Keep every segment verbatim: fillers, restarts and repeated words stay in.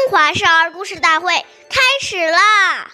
华少儿故事大会开始啦！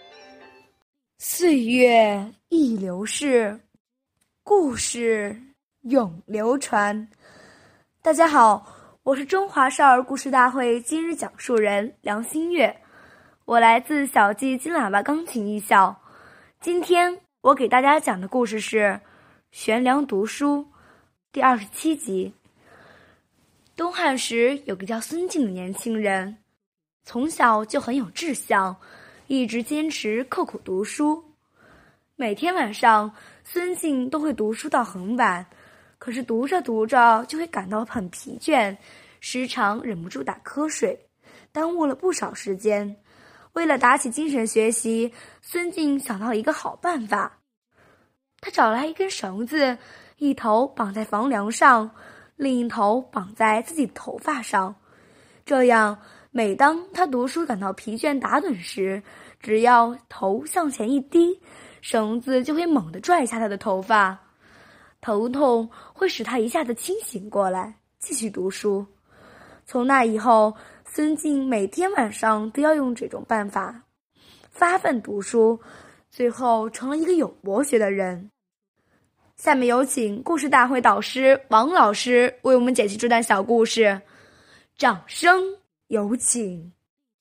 岁月易流逝，故事永流传。大家好，我是中华少儿故事大会今日讲述人梁新月，我来自小季金喇叭钢琴艺校。今天我给大家讲的故事是《悬梁读书》第二十七集。东汉时有个叫孙敬的年轻人，从小就很有志向，一直坚持刻苦读书。每天晚上，孙敬都会读书到很晚，可是读着读着就会感到很疲倦，时常忍不住打瞌睡，耽误了不少时间。为了打起精神学习，孙敬想到一个好办法。他找来一根绳子，一头绑在房梁上，另一头绑在自己的头发上，这样每当他读书感到疲倦打盹时，只要头向前一低，绳子就会猛地拽下他的头发，头痛会使他一下子清醒过来，继续读书。从那以后，孙敬每天晚上都要用这种办法发奋读书，最后成了一个有博学的人。下面有请故事大会导师王老师为我们解析这段小故事，掌声有请。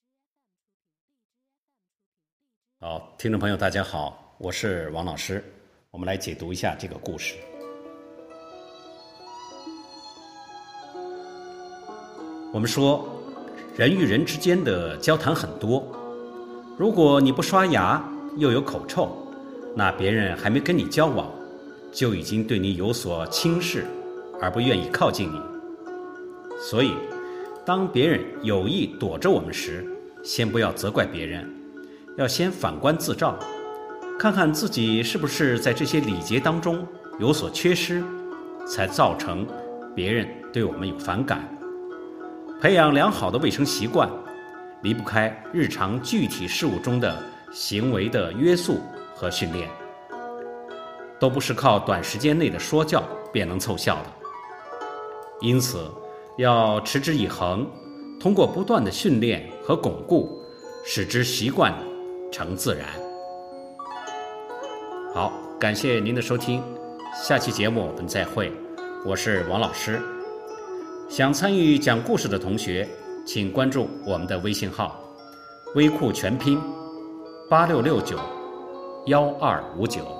好，听众朋友大家好，我是王老师，我们来解读一下这个故事。我们说人与人之间的交谈很多，如果你不刷牙又有口臭，那别人还没跟你交往就已经对你有所轻视而不愿意靠近你。所以当别人有意躲着我们时，先不要责怪别人，要先反观自照，看看自己是不是在这些礼节当中有所缺失，才造成别人对我们有反感。培养良好的卫生习惯，离不开日常具体事务中的行为的约束和训练，都不是靠短时间内的说教便能凑效的。因此要持之以恒，通过不断的训练和巩固，使之习惯成自然。好，感谢您的收听，下期节目我们再会，我是王老师。想参与讲故事的同学，请关注我们的微信号，微库全拼八六六九幺二五九。